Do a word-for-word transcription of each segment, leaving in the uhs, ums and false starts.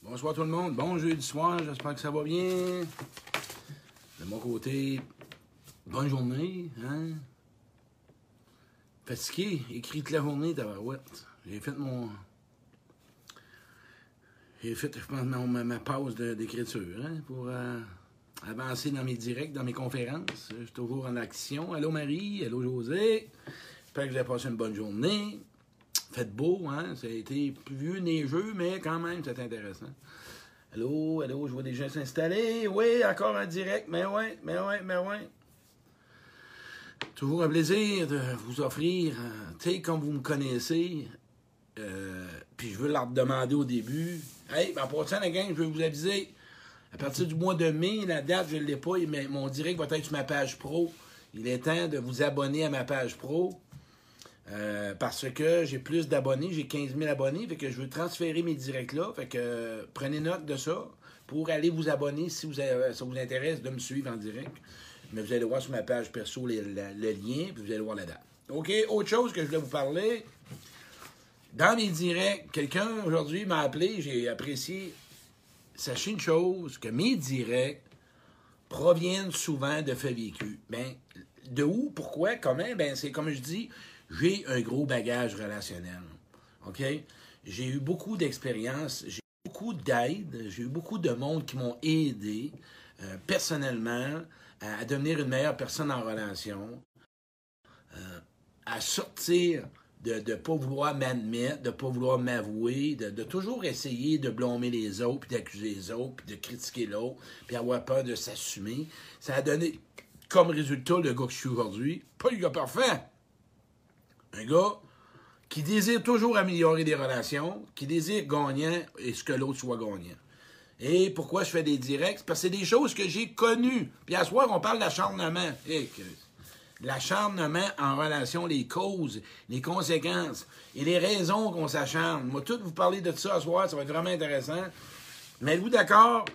Bonsoir tout le monde, bon jeudi soir, j'espère que ça va bien. De mon côté, bonne journée, hein? Fatigué, écrit toute la journée, tabarouette. J'ai fait mon... J'ai fait, je pense, ma, ma pause d'écriture, hein, pour euh, avancer dans mes directs, dans mes conférences. Je suis toujours en action. Allô Marie, allô José. J'espère que vous avez passé une bonne journée. Faites beau, hein? Ça a été pluvieux, neigeux, mais quand même, c'est intéressant. Allô, allô, je vois des gens s'installer. Oui, encore en direct, mais ouais, mais ouais, mais ouais. Toujours un plaisir de vous offrir, euh, tu sais, comme vous me connaissez, euh, puis je veux leur demander au début. Hey, ben pour ça, la gang, je veux vous aviser, à partir du mois de mai, la date, je ne l'ai pas, mais mon direct va être sur ma page pro. Il est temps de vous abonner à ma page pro. Euh, parce que j'ai plus d'abonnés, j'ai quinze mille abonnés, fait que je veux transférer mes directs là, fait que euh, prenez note de ça pour aller vous abonner si vous avez, ça vous intéresse de me suivre en direct. Mais vous allez voir sur ma page perso le, le, le lien, puis vous allez voir la date. OK, autre chose que je voulais vous parler. Dans mes directs, quelqu'un aujourd'hui m'a appelé, j'ai apprécié. Sachez une chose, que mes directs proviennent souvent de faits vécus. Ben, de où, pourquoi, comment? Ben, c'est comme je dis, j'ai un gros bagage relationnel. OK? J'ai eu beaucoup d'expérience, j'ai eu beaucoup d'aide, j'ai eu beaucoup de monde qui m'ont aidé euh, personnellement à, à devenir une meilleure personne en relation, euh, à sortir de ne pas vouloir m'admettre, de ne pas vouloir m'avouer, de, de toujours essayer de blâmer les autres, puis d'accuser les autres, puis de critiquer l'autre, puis avoir peur de s'assumer. Ça a donné comme résultat le gars que je suis aujourd'hui. Pas le gars parfait. Un gars qui désire toujours améliorer des relations, qui désire gagnant et ce que l'autre soit gagnant. Et pourquoi je fais des directs? Parce que c'est des choses que j'ai connues. Puis à ce soir, on parle d'acharnement. Hey, l'acharnement en relation, les causes, les conséquences et les raisons qu'on s'acharne. Moi, tout vous parler de ça à ce soir, ça va être vraiment intéressant. Mais êtes-vous d'accord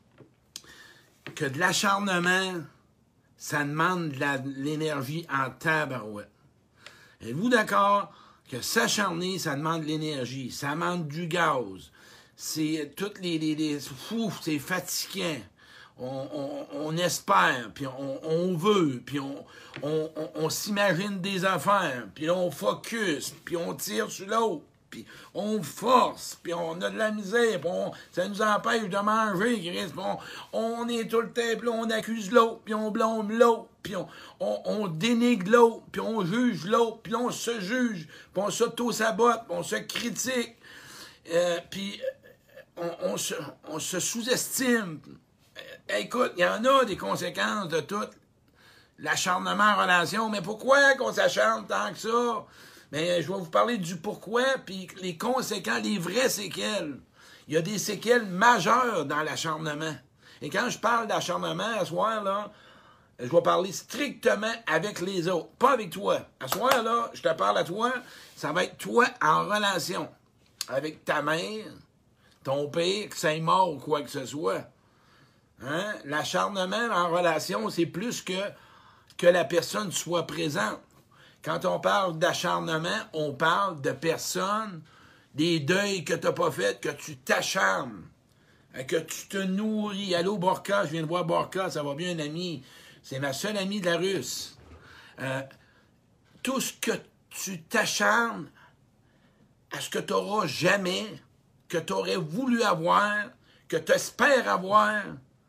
que de l'acharnement, ça demande de l'énergie en tabarouette? Êtes-vous d'accord que s'acharner, ça demande de l'énergie, ça demande du gaz, c'est toutes les... les, les fou, c'est fatigant. On, on, on espère, puis on, on veut, puis on, on, on, on s'imagine des affaires, puis on focus, puis on tire sur l'autre, puis on force, puis on a de la misère, puis on, ça nous empêche de manger, Chris, puis on, on est tout le temps, puis on accuse l'autre, puis on blâme l'autre, puis on, on, on dénigre l'autre, puis on juge l'autre, puis on se juge, puis on s'auto-sabote, puis on se critique, euh, puis on, on se, on se sous-estime. Écoute, il y en a des conséquences de tout l'acharnement en relation, mais pourquoi qu'on s'acharne tant que ça? Mais je vais vous parler du pourquoi, puis les conséquences, les vraies séquelles. Il y a des séquelles majeures dans l'acharnement. Et quand je parle d'acharnement, à ce soir, là, je vais parler strictement avec les autres, pas avec toi. À ce soir, là, je te parle à toi, ça va être toi en relation avec ta mère, ton père, que ça est mort ou quoi que ce soit. Hein? L'acharnement en relation, c'est plus que, que la personne soit présente. Quand on parle d'acharnement, on parle de personnes, des deuils que tu n'as pas fait, que tu t'acharnes, que tu te nourris. Allô, Borka, je viens de voir Borka, ça va bien, un ami. C'est ma seule amie de la Russe. Euh, tout ce que tu t'acharnes à ce que tu n'auras jamais, que tu aurais voulu avoir, que tu espères avoir,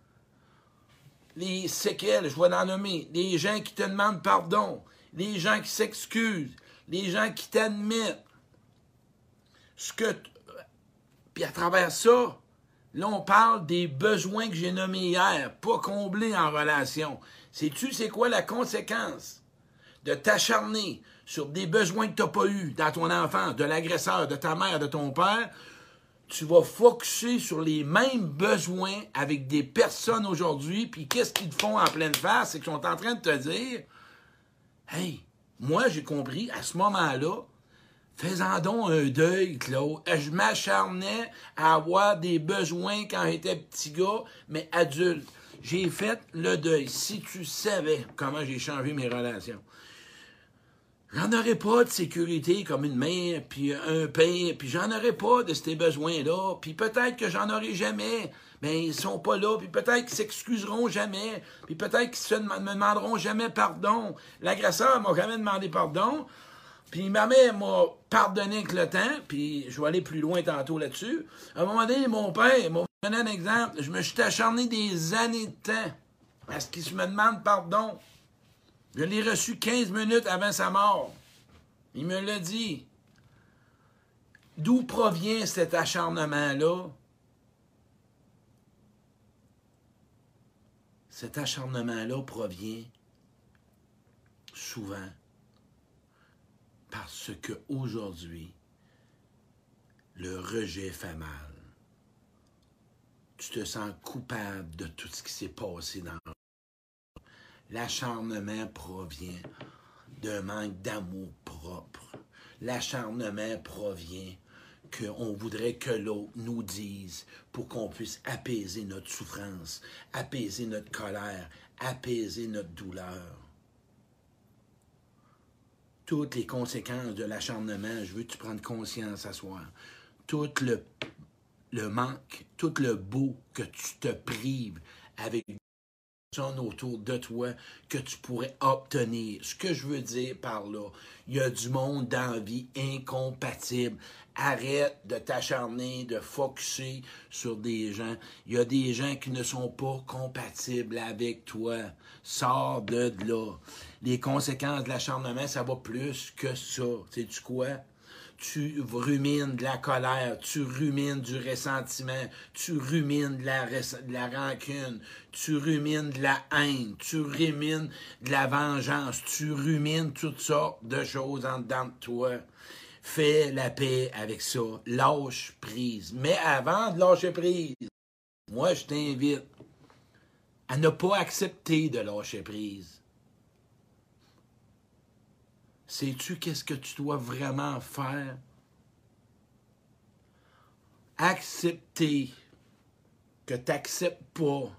les séquelles, je vais en nommer, les gens qui te demandent pardon, les gens qui s'excusent, les gens qui t'admettent. Ce que... Puis à travers ça, là, on parle des besoins que j'ai nommés hier, pas comblés en relation. Sais-tu c'est quoi la conséquence de t'acharner sur des besoins que tu n'as pas eus dans ton enfance, de l'agresseur, de ta mère, de ton père? Tu vas focusser sur les mêmes besoins avec des personnes aujourd'hui, puis qu'est-ce qu'ils te font en pleine face? C'est qu'ils sont en train de te dire « Hey, moi, j'ai compris, à ce moment-là, fais-en donc un deuil, Claude. Je m'acharnais à avoir des besoins quand j'étais petit gars, mais adulte. J'ai fait le deuil. Si tu savais comment j'ai changé mes relations. J'en aurai pas de sécurité comme une mère, puis un père, puis j'en aurai pas de ces besoins-là, puis peut-être que j'en aurai jamais, mais ils sont pas là, puis peut-être qu'ils s'excuseront jamais, puis peut-être qu'ils ne me demanderont jamais pardon. L'agresseur m'a jamais demandé pardon, puis ma mère m'a pardonné avec le temps, puis je vais aller plus loin tantôt là-dessus. À un moment donné, mon père m'a donné un exemple, je me suis acharné des années de temps à ce qu'il me demande pardon. Je l'ai reçu quinze minutes avant sa mort. Il me l'a dit. D'où provient cet acharnement-là? Cet acharnement-là provient souvent parce qu'aujourd'hui, le rejet fait mal. Tu te sens coupable de tout ce qui s'est passé dans le L'acharnement provient d'un manque d'amour propre. L'acharnement provient qu'on voudrait que l'autre nous dise pour qu'on puisse apaiser notre souffrance, apaiser notre colère, apaiser notre douleur. Toutes les conséquences de l'acharnement, je veux que tu prennes conscience à soi. Tout le, le manque, tout le beau que tu te prives avec autour de toi que tu pourrais obtenir. Ce que je veux dire par là, il y a du monde dans la vie incompatible. Arrête de t'acharner, de focusser sur des gens. Il y a des gens qui ne sont pas compatibles avec toi. Sors de là. Les conséquences de l'acharnement, ça va plus que ça. Sais-tu quoi? Tu rumines de la colère, tu rumines du ressentiment, tu rumines de la, de la rancune, tu rumines de la haine, tu rumines de la vengeance, tu rumines toutes sortes de choses en dedans de toi. Fais la paix avec ça. Lâche prise. Mais avant de lâcher prise, moi, je t'invite à ne pas accepter de lâcher prise. Sais-tu qu'est-ce que tu dois vraiment faire? Accepter que tu n'acceptes pas.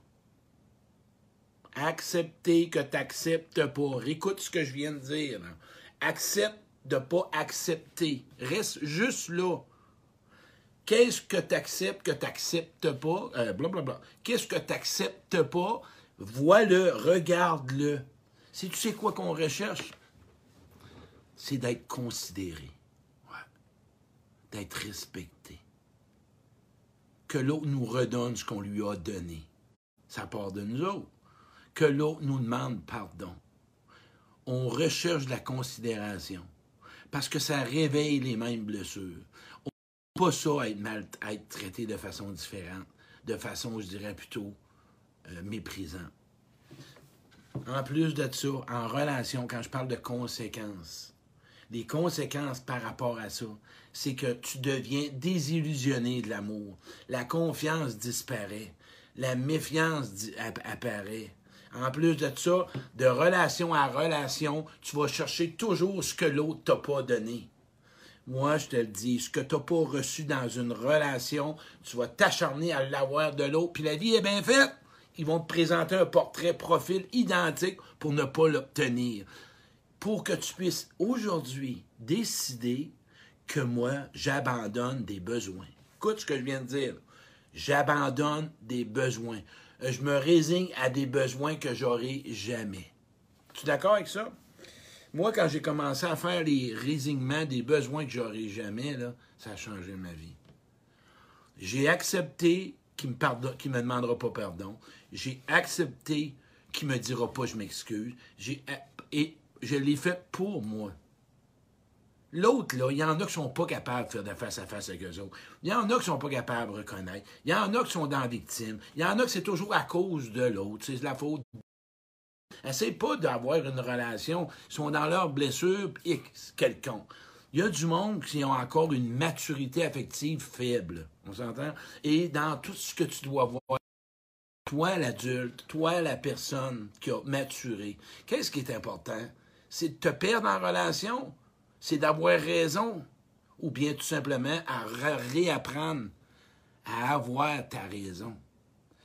Accepter que tu n'acceptes pas. Écoute ce que je viens de dire. Accepte de ne pas accepter. Reste juste là. Qu'est-ce que tu acceptes que tu n'acceptes pas? Euh, blablabla. Qu'est-ce que tu n'acceptes pas? Vois-le, regarde-le. Si tu sais quoi qu'on recherche, c'est d'être considéré, ouais. D'être respecté. Que l'autre nous redonne ce qu'on lui a donné. Ça part de nous autres. Que l'autre nous demande pardon. On recherche de la considération parce que ça réveille les mêmes blessures. On ne pas ça à être, mal, à être traité de façon différente, de façon, je dirais, plutôt euh, méprisante. En plus de ça, en relation, quand je parle de conséquences, les conséquences par rapport à ça, c'est que tu deviens désillusionné de l'amour. La confiance disparaît. La méfiance apparaît. En plus de ça, de relation à relation, tu vas chercher toujours ce que l'autre t'a pas donné. Moi, je te le dis, ce que tu n'as pas reçu dans une relation, tu vas t'acharner à l'avoir de l'autre, puis la vie est bien faite. Ils vont te présenter un portrait profil identique pour ne pas l'obtenir. Pour que tu puisses aujourd'hui décider que moi, j'abandonne des besoins. Écoute ce que je viens de dire. J'abandonne des besoins. Je me résigne à des besoins que j'aurai jamais. Tu es d'accord avec ça? Moi, quand j'ai commencé à faire les résignements des besoins que j'aurai jamais, là, ça a changé ma vie. J'ai accepté qu'il ne me, me demandera pas pardon. J'ai accepté qu'il ne me dira pas je m'excuse. J'ai, et je l'ai fait pour moi. L'autre, là, il y en a qui ne sont pas capables de faire de face à face avec eux autres. Il y en a qui ne sont pas capables de reconnaître. Il y en a qui sont dans la victime. Il y en a qui c'est toujours à cause de l'autre. C'est la faute. Essaye pas d'avoir une relation. Ils sont dans leur blessure X quelconque. Il y a du monde qui ont encore une maturité affective faible. On s'entend? Et dans tout ce que tu dois voir, toi l'adulte, toi la personne qui a maturé, qu'est-ce qui est important? C'est de te perdre en relation? C'est d'avoir raison, ou bien tout simplement à réapprendre à avoir ta raison.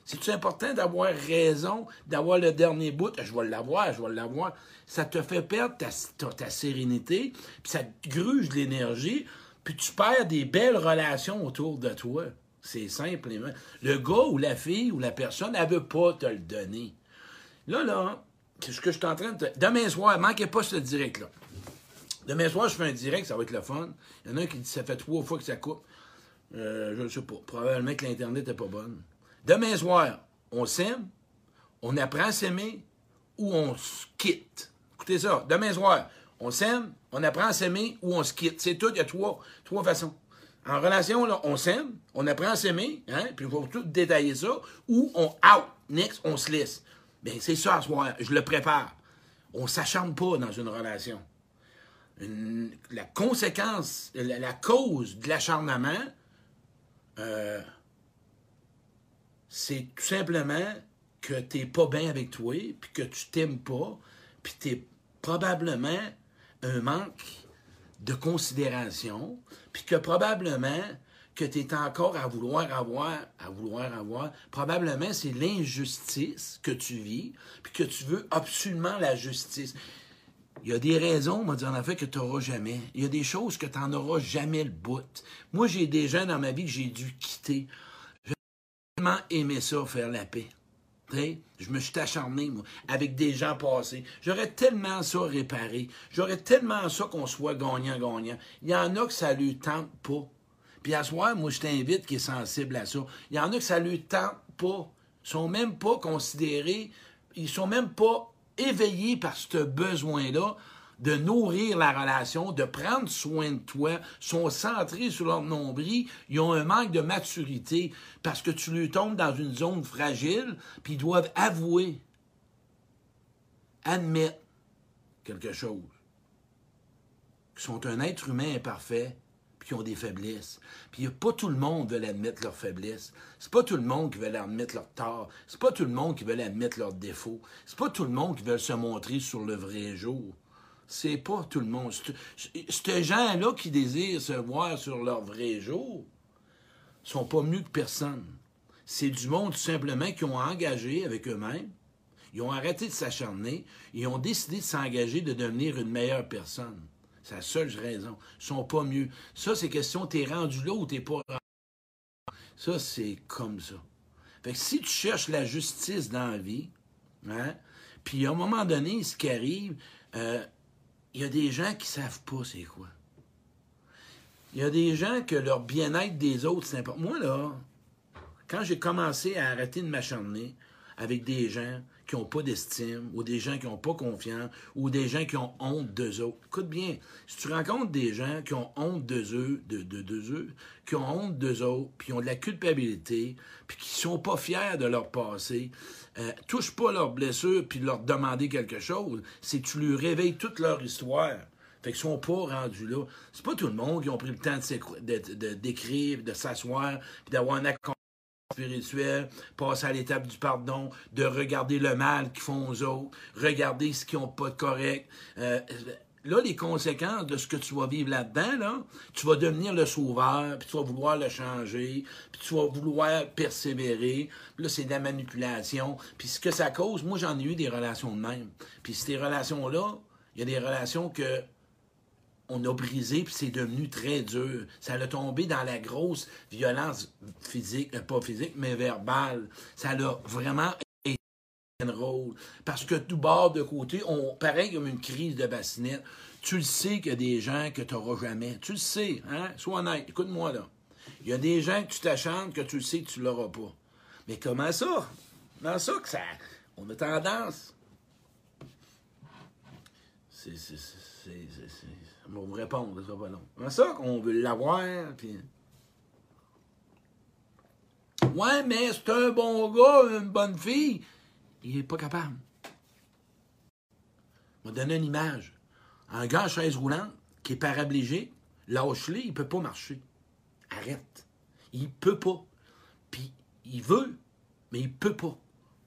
C'est-tu important d'avoir raison, d'avoir le dernier bout? Je vais l'avoir, je vais l'avoir. Ça te fait perdre ta, ta, ta sérénité, puis ça te gruge de l'énergie, puis tu perds des belles relations autour de toi. C'est simplement. Le gars ou la fille ou la personne, elle ne veut pas te le donner. Là, là, c'est ce que je suis en train de te... Demain soir, manquez pas ce direct-là. Demain soir, je fais un direct, ça va être le fun. Il y en a un qui dit que ça fait trois fois que ça coupe. Euh, je ne sais pas. Probablement que l'Internet n'est pas bonne. Demain soir, on s'aime, on apprend à s'aimer ou on se quitte. Écoutez ça. Demain soir, on s'aime, on apprend à s'aimer ou on se quitte. C'est tout. Il y a trois, trois façons. En relation, là, on s'aime, on apprend à s'aimer, hein, puis il faut tout détailler ça, ou on out. Next, on se laisse. Bien, c'est ça, à soir. Je le prépare. On ne s'acharne pas dans une relation. Une, la conséquence, la, la cause de l'acharnement, euh, c'est tout simplement que tu n'es pas bien avec toi, puis que tu t'aimes pas, puis tu es probablement un manque de considération, puis que probablement que tu es encore à vouloir avoir, à vouloir avoir, probablement c'est l'injustice que tu vis, puis que tu veux absolument la justice. Il y a des raisons, on m'a dit en effet, que tu n'auras jamais. Il y a des choses que tu n'en auras jamais le bout. Moi, j'ai des gens dans ma vie que j'ai dû quitter. J'ai tellement aimé ça, faire la paix. T'sais, je me suis acharné, moi, avec des gens passés. J'aurais tellement ça réparé. J'aurais tellement ça qu'on soit gagnant-gagnant. Il y en a que ça lui tente pas. Puis à soir, moi, je t'invite qui est sensible à ça. Il y en a que ça lui tente pas. Ils sont même pas considérés, ils sont même pas éveillés par ce besoin-là de nourrir la relation, de prendre soin de toi, sont centrés sur leur nombril, ils ont un manque de maturité parce que tu lui tombes dans une zone fragile, puis ils doivent avouer, admettre quelque chose, qu'ils sont un être humain imparfait, puis qu'ils ont des faiblesses. Puis il n'y a pas tout le monde qui veut admettre leurs faiblesses. C'est pas tout le monde qui veut admettre leurs torts. C'est pas tout le monde qui veut admettre leurs défauts. C'est pas tout le monde qui veut se montrer sur le vrai jour. C'est pas tout le monde. Ces gens-là qui désirent se voir sur leur vrai jour sont pas mieux que personne. C'est du monde tout simplement qui ont engagé avec eux-mêmes. Ils ont arrêté de s'acharner. Ils ont décidé de s'engager de devenir une meilleure personne. C'est la seule raison. Ils sont pas mieux. Ça, c'est question, t'es rendu là ou t'es pas rendu là. Ça, c'est comme ça. Fait que si tu cherches la justice dans la vie, hein, puis à un moment donné, ce qui arrive, euh, il y a des gens qui savent pas c'est quoi. Il y a des gens que leur bien-être des autres, c'est important. Moi, là, quand j'ai commencé à arrêter de m'acharner avec des gens qui n'ont pas d'estime, ou des gens qui n'ont pas confiance, ou des gens qui ont honte d'eux autres. Écoute bien, si tu rencontres des gens qui ont honte d'eux, de, de, de eux, qui ont honte d'eux autres, puis qui ont de la culpabilité, puis qui sont pas fiers de leur passé, euh, touche pas leurs blessures, puis leur demander quelque chose, c'est que tu lui réveilles toute leur histoire. Fait qu'ils sont pas rendus là. C'est pas tout le monde qui ont pris le temps de, de, de, d'écrire, de s'asseoir, puis d'avoir un accompagnement spirituel, passer à l'étape du pardon, de regarder le mal qu'ils font aux autres, regarder ce qu'ils n'ont pas de correct. Euh, là, les conséquences de ce que tu vas vivre là-dedans, là, tu vas devenir le sauveur, puis tu vas vouloir le changer, puis tu vas vouloir persévérer. Puis là, c'est de la manipulation. Puis ce que ça cause, moi, j'en ai eu des relations de même. Puis ces relations-là, il y a des relations que on a brisé, puis c'est devenu très dur. Ça a tombé dans la grosse violence physique, pas physique, mais verbale. Ça a vraiment été un rôle. Parce que tout bord de côté, on pareil comme une crise de bassinette. Tu le sais qu'il y a des gens que tu n'auras jamais. Tu le sais, hein? Sois honnête, écoute-moi là. Il y a des gens que tu t'acharnes que tu le sais que tu ne l'auras pas. Mais comment ça? Comment ça que ça... On a tendance... C'est... c'est, c'est, c'est, c'est, c'est... On va vous répondre, ça sera pas long. C'est ça qu'on veut l'avoir, puis... Ouais, mais c'est un bon gars, une bonne fille. Il est pas capable. On va donner une image. Un gars en chaise roulante, qui est paraplégique, lâche-le, il peut pas marcher. Arrête. Il peut pas. Puis, il veut, mais il peut pas.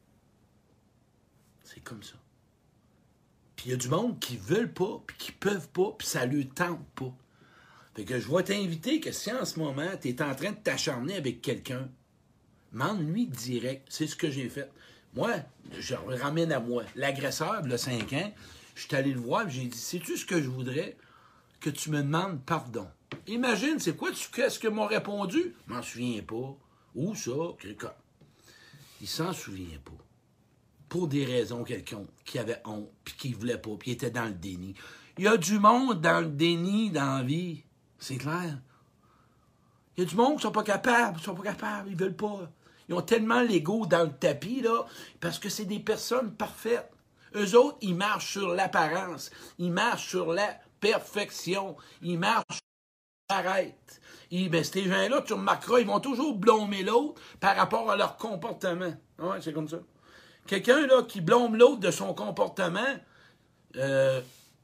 C'est comme ça. Puis il y a du monde qui ne veulent pas, puis qui ne peuvent pas, puis ça ne lui tente pas. Fait que je vais t'inviter que si en ce moment, tu es en train de t'acharner avec quelqu'un, Demande-lui direct. C'est ce que j'ai fait. Moi, je ramène à moi. L'agresseur, il y a cinq ans, je suis allé le voir et j'ai dit, sais-tu ce que je voudrais? Que tu me demandes pardon. Imagine, c'est quoi, tu, qu'est-ce que m'ont répondu? Je m'en souviens pas. Où ça? Il s'en souvient pas. Pour des raisons quelconques, qui avait honte, puis qui voulait pas, puis il était dans le déni. Il y a du monde dans le déni, dans la vie. C'est clair. Il y a du monde qui sont pas capables, ils sont pas capables, ils veulent pas. Ils ont tellement l'ego dans le tapis, là, parce que c'est des personnes parfaites. Eux autres, ils marchent sur l'apparence, ils marchent sur la perfection, ils marchent sur l'arrête. Et ben, ces gens-là, tu remarqueras, ils vont toujours blâmer l'autre par rapport à leur comportement. Ouais, c'est comme ça. Quelqu'un là qui blâme l'autre de son comportement, euh,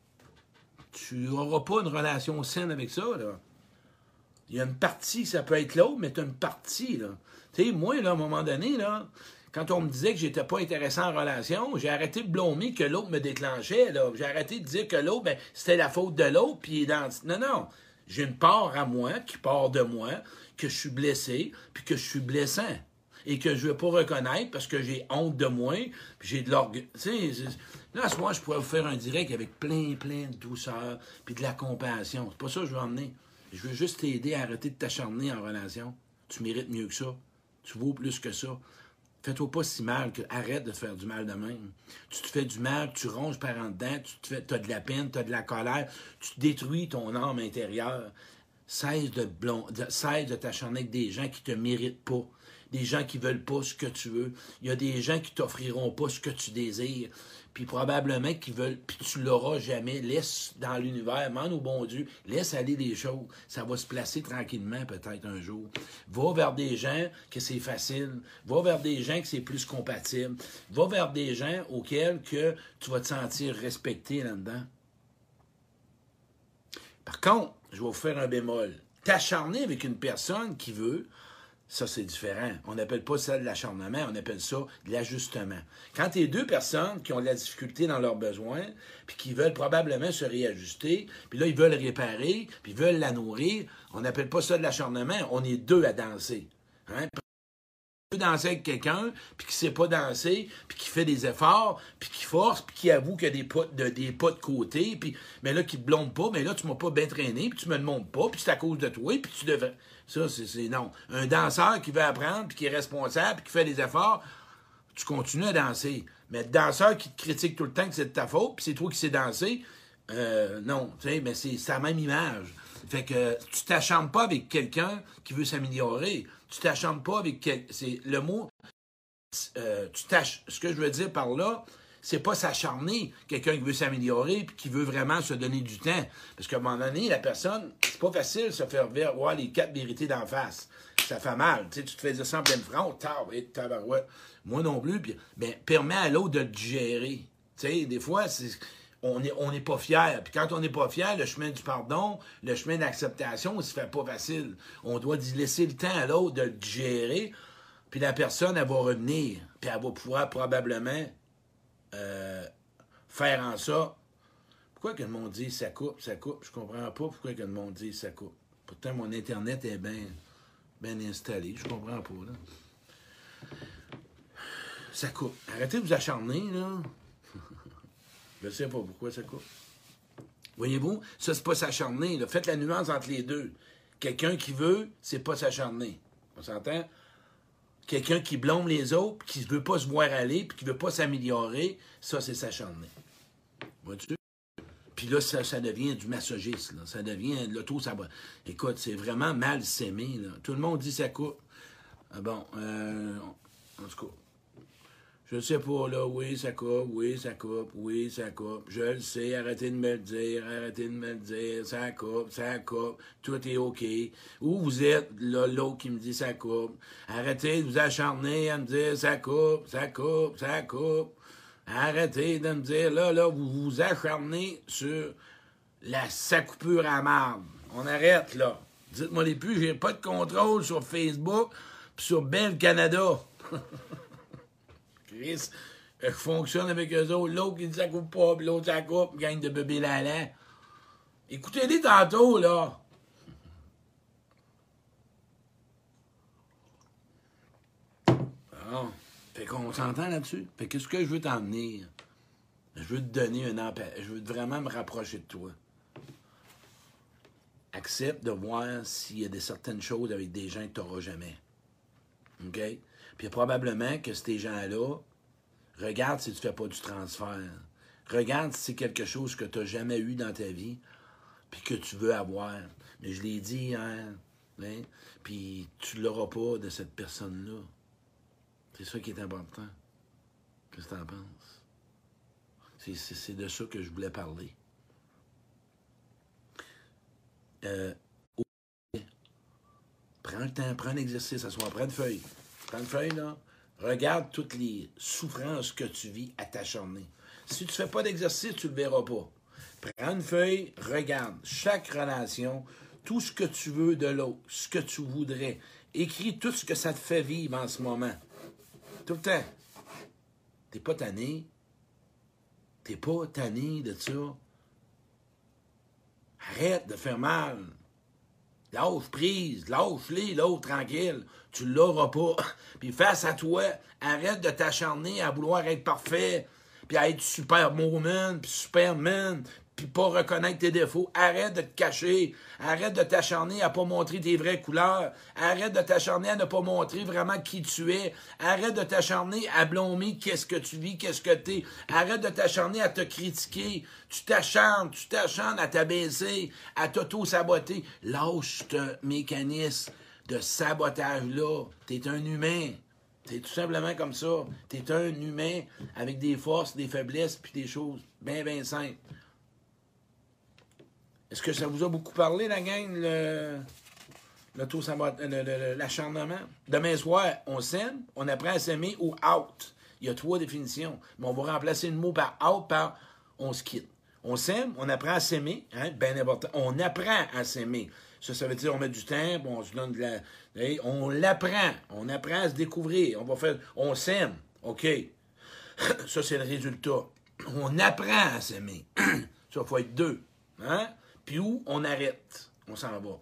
tu n'auras pas une relation saine avec ça, là. Il y a une partie, ça peut être l'autre, mais tu as une partie, là. Tu sais, moi, là, à un moment donné, là, quand on me disait que j'étais pas intéressant en relation, j'ai arrêté de blâmer que l'autre me déclenchait, là. J'ai arrêté de dire que l'autre, ben, c'était la faute de l'autre, puis dans... Non, non. J'ai une part à moi, qui part de moi, que je suis blessé, puis que je suis blessant. Et que je ne veux pas reconnaître parce que j'ai honte de moi, puis j'ai de l'orgueil. Tu sais, là, à ce moment, je pourrais vous faire un direct avec plein, plein de douceur, puis de la compassion. C'est pas ça que je veux emmener. Je veux juste t'aider à arrêter de t'acharner en relation. Tu mérites mieux que ça. Tu vaux plus que ça. Fais-toi pas si mal que arrête de te faire du mal de même. Tu te fais du mal, tu ronges par en dedans, tu te fais, as de la peine, tu as de la colère, tu détruis ton âme intérieure. Cesse de, blond, de, cesse de t'acharner avec des gens qui te méritent pas. Des gens qui veulent pas ce que tu veux. Il y a des gens qui t'offriront pas ce que tu désires. Puis probablement qu'ils veulent, puis tu l'auras jamais. Laisse dans l'univers, demande au bon Dieu, laisse aller les choses. Ça va se placer tranquillement peut-être un jour. Va vers des gens que c'est facile. Va vers des gens que c'est plus compatible. Va vers des gens auxquels que tu vas te sentir respecté là-dedans. Par contre, je vais vous faire un bémol. T'acharner avec une personne qui veut, ça, c'est différent. On n'appelle pas ça de l'acharnement, on appelle ça de l'ajustement. Quand tu es deux personnes qui ont de la difficulté dans leurs besoins, puis qui veulent probablement se réajuster, puis là, ils veulent réparer, puis ils veulent la nourrir, on n'appelle pas ça de l'acharnement, on est deux à danser. Hein? Tu peux danser avec quelqu'un, puis qui ne sait pas danser, puis qui fait des efforts, puis qui force, puis qui avoue qu'il y a des pas de, des pas de côté, puis mais là, qui ne te blâme pas, mais là, tu ne m'as pas bien traîné, puis tu me le montres pas, puis c'est à cause de toi, puis tu devrais... Ça, c'est, c'est non. Un danseur qui veut apprendre, puis qui est responsable, puis qui fait des efforts, tu continues à danser. Mais le danseur qui te critique tout le temps que c'est de ta faute, puis c'est toi qui sais danser, euh, non, tu sais, mais c'est, c'est la même image. Fait que tu t'acharnes pas avec quelqu'un qui veut s'améliorer. Tu t'acharnes pas avec quel... c'est le mot. Euh, tu t'ach... Ce que je veux dire par là, c'est pas s'acharner, quelqu'un qui veut s'améliorer puis qui veut vraiment se donner du temps. Parce qu'à un moment donné, la personne, c'est pas facile de se faire voir les quatre vérités d'en face. Ça fait mal. Tu sais, tu te fais dire ça en pleine front, tabarouette. Moi non plus. Puis, ben, permets à l'autre de le digérer. Tu sais, des fois, c'est... on n'est on est pas fier. Puis quand on n'est pas fier, le chemin du pardon, le chemin de l'acceptation, il se fait pas facile. On doit laisser le temps à l'autre de le digérer. Puis la personne, elle va revenir. Puis elle va pouvoir probablement euh, faire en ça. Pourquoi que le monde dit ça coupe, ça coupe? Je comprends pas pourquoi que le monde dit ça coupe. Pourtant, mon Internet est bien ben installé. Je comprends pas, là. Ça coupe. Arrêtez de vous acharner, là. Je ne sais pas pourquoi ça coupe. Voyez-vous, ça, c'est pas s'acharner. Là. Faites la nuance entre les deux. Quelqu'un qui veut, c'est pas s'acharner. On s'entend? Quelqu'un qui blâme les autres, qui ne veut pas se voir aller, puis qui ne veut pas s'améliorer, ça, c'est s'acharner. Vois-tu? Puis là, ça, ça devient du masochisme. Là. Ça devient de l'auto, ça va. Écoute, c'est vraiment mal s'aimer. Là. Tout le monde dit ça coupe. Ah bon, euh, en tout cas. Je ne sais pas, là, oui, ça coupe, oui, ça coupe, oui, ça coupe. Je le sais, arrêtez de me le dire, arrêtez de me le dire, ça coupe, ça coupe, tout est OK. Où vous êtes, là, l'autre qui me dit ça coupe. Arrêtez de vous acharner à me dire ça coupe, ça coupe, ça coupe. Arrêtez de me dire, là, là, vous vous acharnez sur la sacoupure à marde. On arrête, là. Dites-moi les plus, j'ai pas de contrôle sur Facebook pis sur Bell Canada. Chris, je fonctionne avec eux autres. L'autre qui dit ça coupe pas, puis l'autre ça coupe, gagne de bébé lala. Écoutez-les tantôt, là. Bon. Fait qu'on s'entend là-dessus. Fait que ce que je veux t'emmener, je veux te donner un empêche. Je veux vraiment me rapprocher de toi. Accepte de voir s'il y a des certaines choses avec des gens que tu n'auras jamais. OK? Puis probablement que ces gens-là, regarde si tu ne fais pas du transfert. Regarde si c'est quelque chose que tu n'as jamais eu dans ta vie puis que tu veux avoir. Mais je l'ai dit hier, hein? Puis tu ne l'auras pas de cette personne-là. C'est ça qui est important. Qu'est-ce que tu en penses? C'est, c'est, c'est de ça que je voulais parler. Euh, prends le temps, prends un exercice, assois, prends une feuille. Prends une feuille, là. Regarde toutes les souffrances que tu vis à t'acharner. Si tu ne fais pas d'exercice, tu ne le verras pas. Prends une feuille, regarde chaque relation, tout ce que tu veux de l'autre, ce que tu voudrais. Écris tout ce que ça te fait vivre en ce moment. Tout le temps. T'es pas tanné. T'es pas tanné de ça. Arrête de faire mal. Lâche prise, lâche-les, l'autre, tranquille. Tu l'auras pas. Puis face à toi, arrête de t'acharner à vouloir être parfait, puis à être superwoman, puis superman, puis pas reconnaître tes défauts. Arrête de te cacher. Arrête de t'acharner à pas montrer tes vraies couleurs. Arrête de t'acharner à ne pas montrer vraiment qui tu es. Arrête de t'acharner à blâmer qu'est-ce que tu vis, qu'est-ce que t'es. Arrête de t'acharner à te critiquer. Tu t'acharnes, tu t'acharnes à t'abaisser, à t'auto-saboter. Lâche ce mécanisme de sabotage-là. T'es un humain. T'es tout simplement comme ça. T'es un humain avec des forces, des faiblesses, puis des choses bien, bien simples. Est-ce que ça vous a beaucoup parlé, la gang, le, le taux l'acharnement? Demain soir, on s'aime, on apprend à s'aimer ou out. Il y a trois définitions. Mais on va remplacer le mot par out par on se quitte. On s'aime, on apprend à s'aimer, hein, bien important. On apprend à s'aimer. Ça, ça veut dire on met du temps, bon, on se donne de la. Hey, on l'apprend. On apprend à se découvrir. On va faire. On s'aime. OK. Ça, c'est le résultat. On apprend à s'aimer. Ça, il faut être deux. Hein? Puis où on arrête, on s'en va.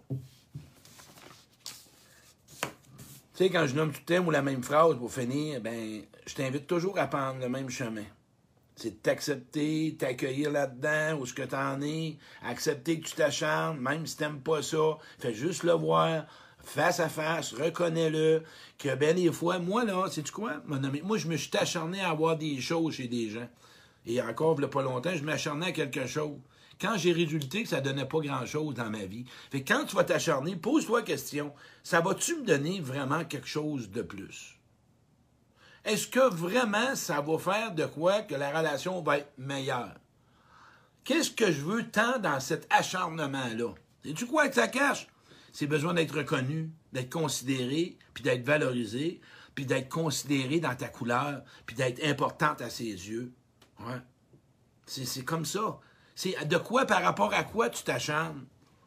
Tu sais, quand je nomme tout le temps ou la même phrase pour finir, ben, je t'invite toujours à prendre le même chemin. C'est de t'accepter, t'accueillir là-dedans, où ce que t'en es, accepter que tu t'acharnes, même si t'aimes pas ça, fais juste le voir, face à face, reconnais-le, que ben des fois, moi là, sais-tu quoi, mon ami, moi je me suis acharné à avoir des choses chez des gens. Et encore, il y a pas longtemps, je m'acharnais à quelque chose. Quand j'ai résulté que ça ne donnait pas grand-chose dans ma vie. Fait que quand tu vas t'acharner, pose-toi la question, ça va-tu me donner vraiment quelque chose de plus? Est-ce que vraiment ça va faire de quoi que la relation va être meilleure? Qu'est-ce que je veux tant dans cet acharnement-là? Sais-tu quoi que ça cache? C'est besoin d'être reconnu, d'être considéré, puis d'être valorisé, puis d'être considéré dans ta couleur, puis d'être importante à ses yeux. Ouais. C'est, c'est comme ça. C'est de quoi, par rapport à quoi tu t'acharnes?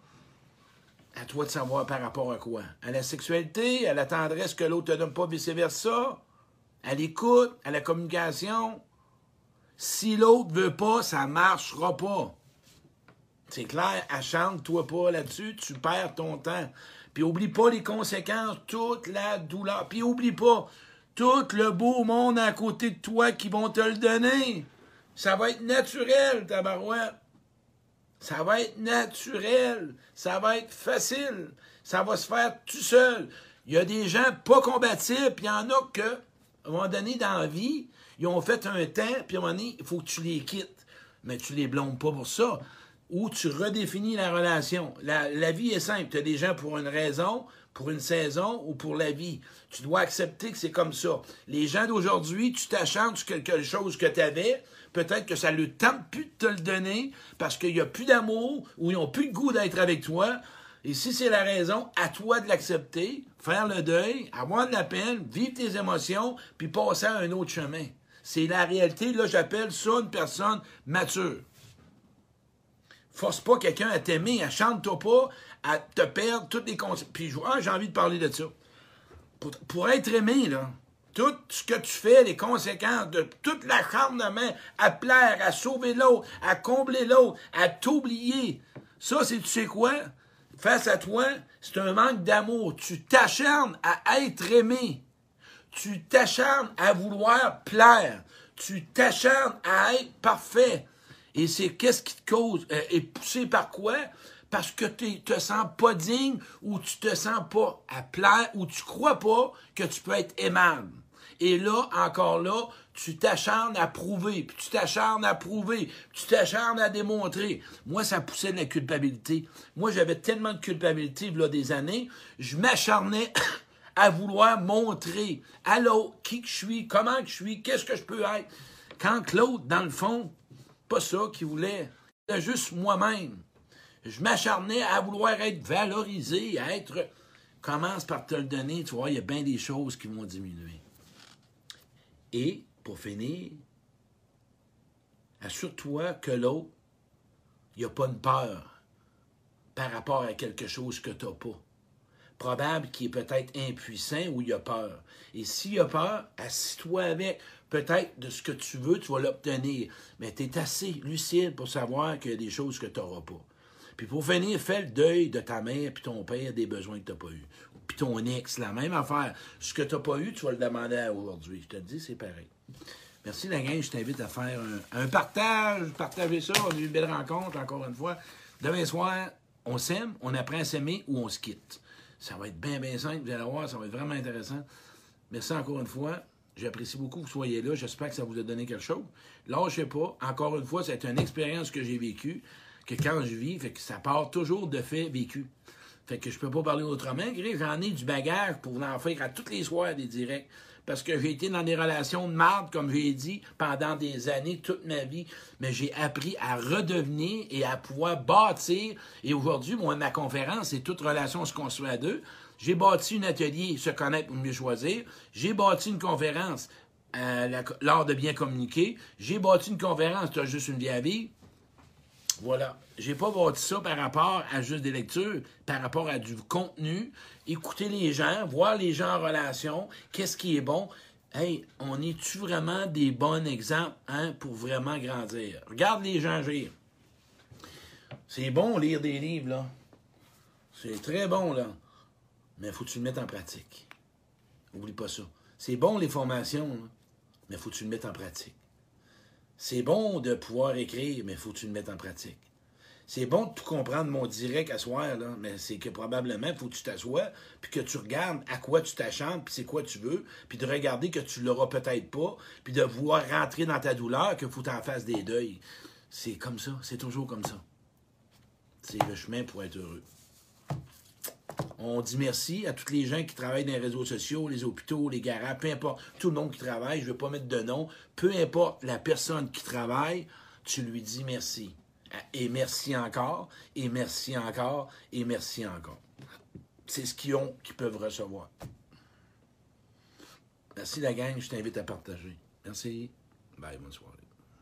À toi de savoir par rapport à quoi? À la sexualité, à la tendresse que l'autre te donne pas, vice-versa, à l'écoute, à la communication. Si l'autre veut pas, ça marchera pas. C'est clair, acharne-toi pas là-dessus, tu perds ton temps. Puis oublie pas les conséquences, toute la douleur. Puis oublie pas, tout le beau monde à côté de toi qui vont te le donner. Ça va être naturel, tabarouette. Ça va être naturel. Ça va être facile. Ça va se faire tout seul. Il y a des gens pas combatifs, puis il y en a que, à un moment donné dans la vie, ils ont fait un temps, puis à un moment donné, il faut que tu les quittes. Mais tu les blâmes pas pour ça. Ou tu redéfinis la relation. La, la vie est simple. Tu as des gens pour une raison, pour une saison ou pour la vie. Tu dois accepter que c'est comme ça. Les gens d'aujourd'hui, tu t'acharnes sur quelque chose que tu avais, peut-être que ça ne leur tente plus de te le donner parce qu'il n'y a plus d'amour ou ils n'ont plus le goût d'être avec toi. Et si c'est la raison, à toi de l'accepter, faire le deuil, avoir de la peine, vivre tes émotions, puis passer à un autre chemin. C'est la réalité. Là, j'appelle ça une personne mature. Force pas quelqu'un à t'aimer, acharne-toi pas à te perdre toutes les conséquences. Puis ah, j'ai envie de parler de ça. Pour, pour être aimé, là, tout ce que tu fais, les conséquences de tout l'acharnement à plaire, à sauver l'autre, à combler l'autre, à t'oublier, ça, c'est tu sais quoi? Face à toi, c'est un manque d'amour. Tu t'acharnes à être aimé. Tu t'acharnes à vouloir plaire. Tu t'acharnes à être parfait. Et c'est qu'est-ce qui te cause? Euh, et poussé par quoi? Parce que tu te sens pas digne ou tu te sens pas à plaire ou tu crois pas que tu peux être aimable. Et là, encore là, tu t'acharnes à prouver, puis tu t'acharnes à prouver, puis tu t'acharnes à démontrer. Moi, ça poussait de la culpabilité. Moi, j'avais tellement de culpabilité, il y a des années, je m'acharnais à vouloir montrer à l'autre qui que je suis, comment que je suis, qu'est-ce que je peux être. Quand l'autre, dans le fond, pas ça qu'il voulait, c'était juste moi-même. Je m'acharnais à vouloir être valorisé, à être... Commence par te le donner, tu vois, il y a bien des choses qui vont diminuer. Et, pour finir, assure-toi que l'autre, il n'y a pas une peur par rapport à quelque chose que tu n'as pas. Probable qu'il est peut-être impuissant ou il a peur. Et s'il a peur, assis-toi avec. Peut-être de ce que tu veux, tu vas l'obtenir. Mais tu es assez lucide pour savoir qu'il y a des choses que tu n'auras pas. Puis pour finir, fais le deuil de ta mère puis ton père des besoins que tu n'as pas eus. Puis ton ex, la même affaire. Ce que tu n'as pas eu, tu vas le demander à aujourd'hui. Je te le dis, c'est pareil. Merci la gang, je t'invite à faire un, un partage. Partagez ça, on a eu une belle rencontre, encore une fois. Demain soir, on s'aime, on apprend à s'aimer ou on se quitte. Ça va être bien, bien simple, vous allez voir, ça va être vraiment intéressant. Merci encore une fois. J'apprécie beaucoup que vous soyez là. J'espère que ça vous a donné quelque chose. Lâchez pas. Encore une fois, c'est une expérience que j'ai vécue, que quand je vis, fait que ça part toujours de faits vécus. Fait que je peux pas parler autrement. J'en ai du bagage pour en faire à tous les soirs des directs. Parce que j'ai été dans des relations de marde, comme j'ai dit, pendant des années, toute ma vie. Mais j'ai appris à redevenir et à pouvoir bâtir. Et aujourd'hui, moi, ma conférence, c'est toute relation se construit à deux. J'ai bâti un atelier Se connaître pour mieux choisir. J'ai bâti une conférence euh, L'art de bien communiquer. J'ai bâti une conférence Tu as juste une vie à vivre. Voilà. J'ai pas bâti ça par rapport à juste des lectures, par rapport à du contenu, écouter les gens, voir les gens en relation, qu'est-ce qui est bon. Hey, on est-tu vraiment des bons exemples hein, pour vraiment grandir? Regarde les gens agir. C'est bon lire des livres, là. C'est très bon, là. Mais faut que tu le mettes en pratique. Oublie pas ça. C'est bon les formations, là. Mais faut que tu le mettes en pratique. C'est bon de pouvoir écrire, mais faut que tu le mettes en pratique. C'est bon de tout comprendre mon direct à soir, là, mais c'est que probablement, il faut que tu t'assoies, puis que tu regardes à quoi tu t'achantes, puis c'est quoi tu veux, puis de regarder que tu l'auras peut-être pas, puis de vouloir rentrer dans ta douleur, qu'il faut t'en fasses des deuils. C'est comme ça, c'est toujours comme ça. C'est le chemin pour être heureux. On dit merci à tous les gens qui travaillent dans les réseaux sociaux, les hôpitaux, les garages, peu importe, tout le monde qui travaille, je ne vais pas mettre de nom, peu importe la personne qui travaille, tu lui dis merci. Et merci encore, et merci encore, et merci encore. C'est ce qu'ils ont, qu'ils peuvent recevoir. Merci la gang, je t'invite à partager. Merci. Bye, bonne soirée.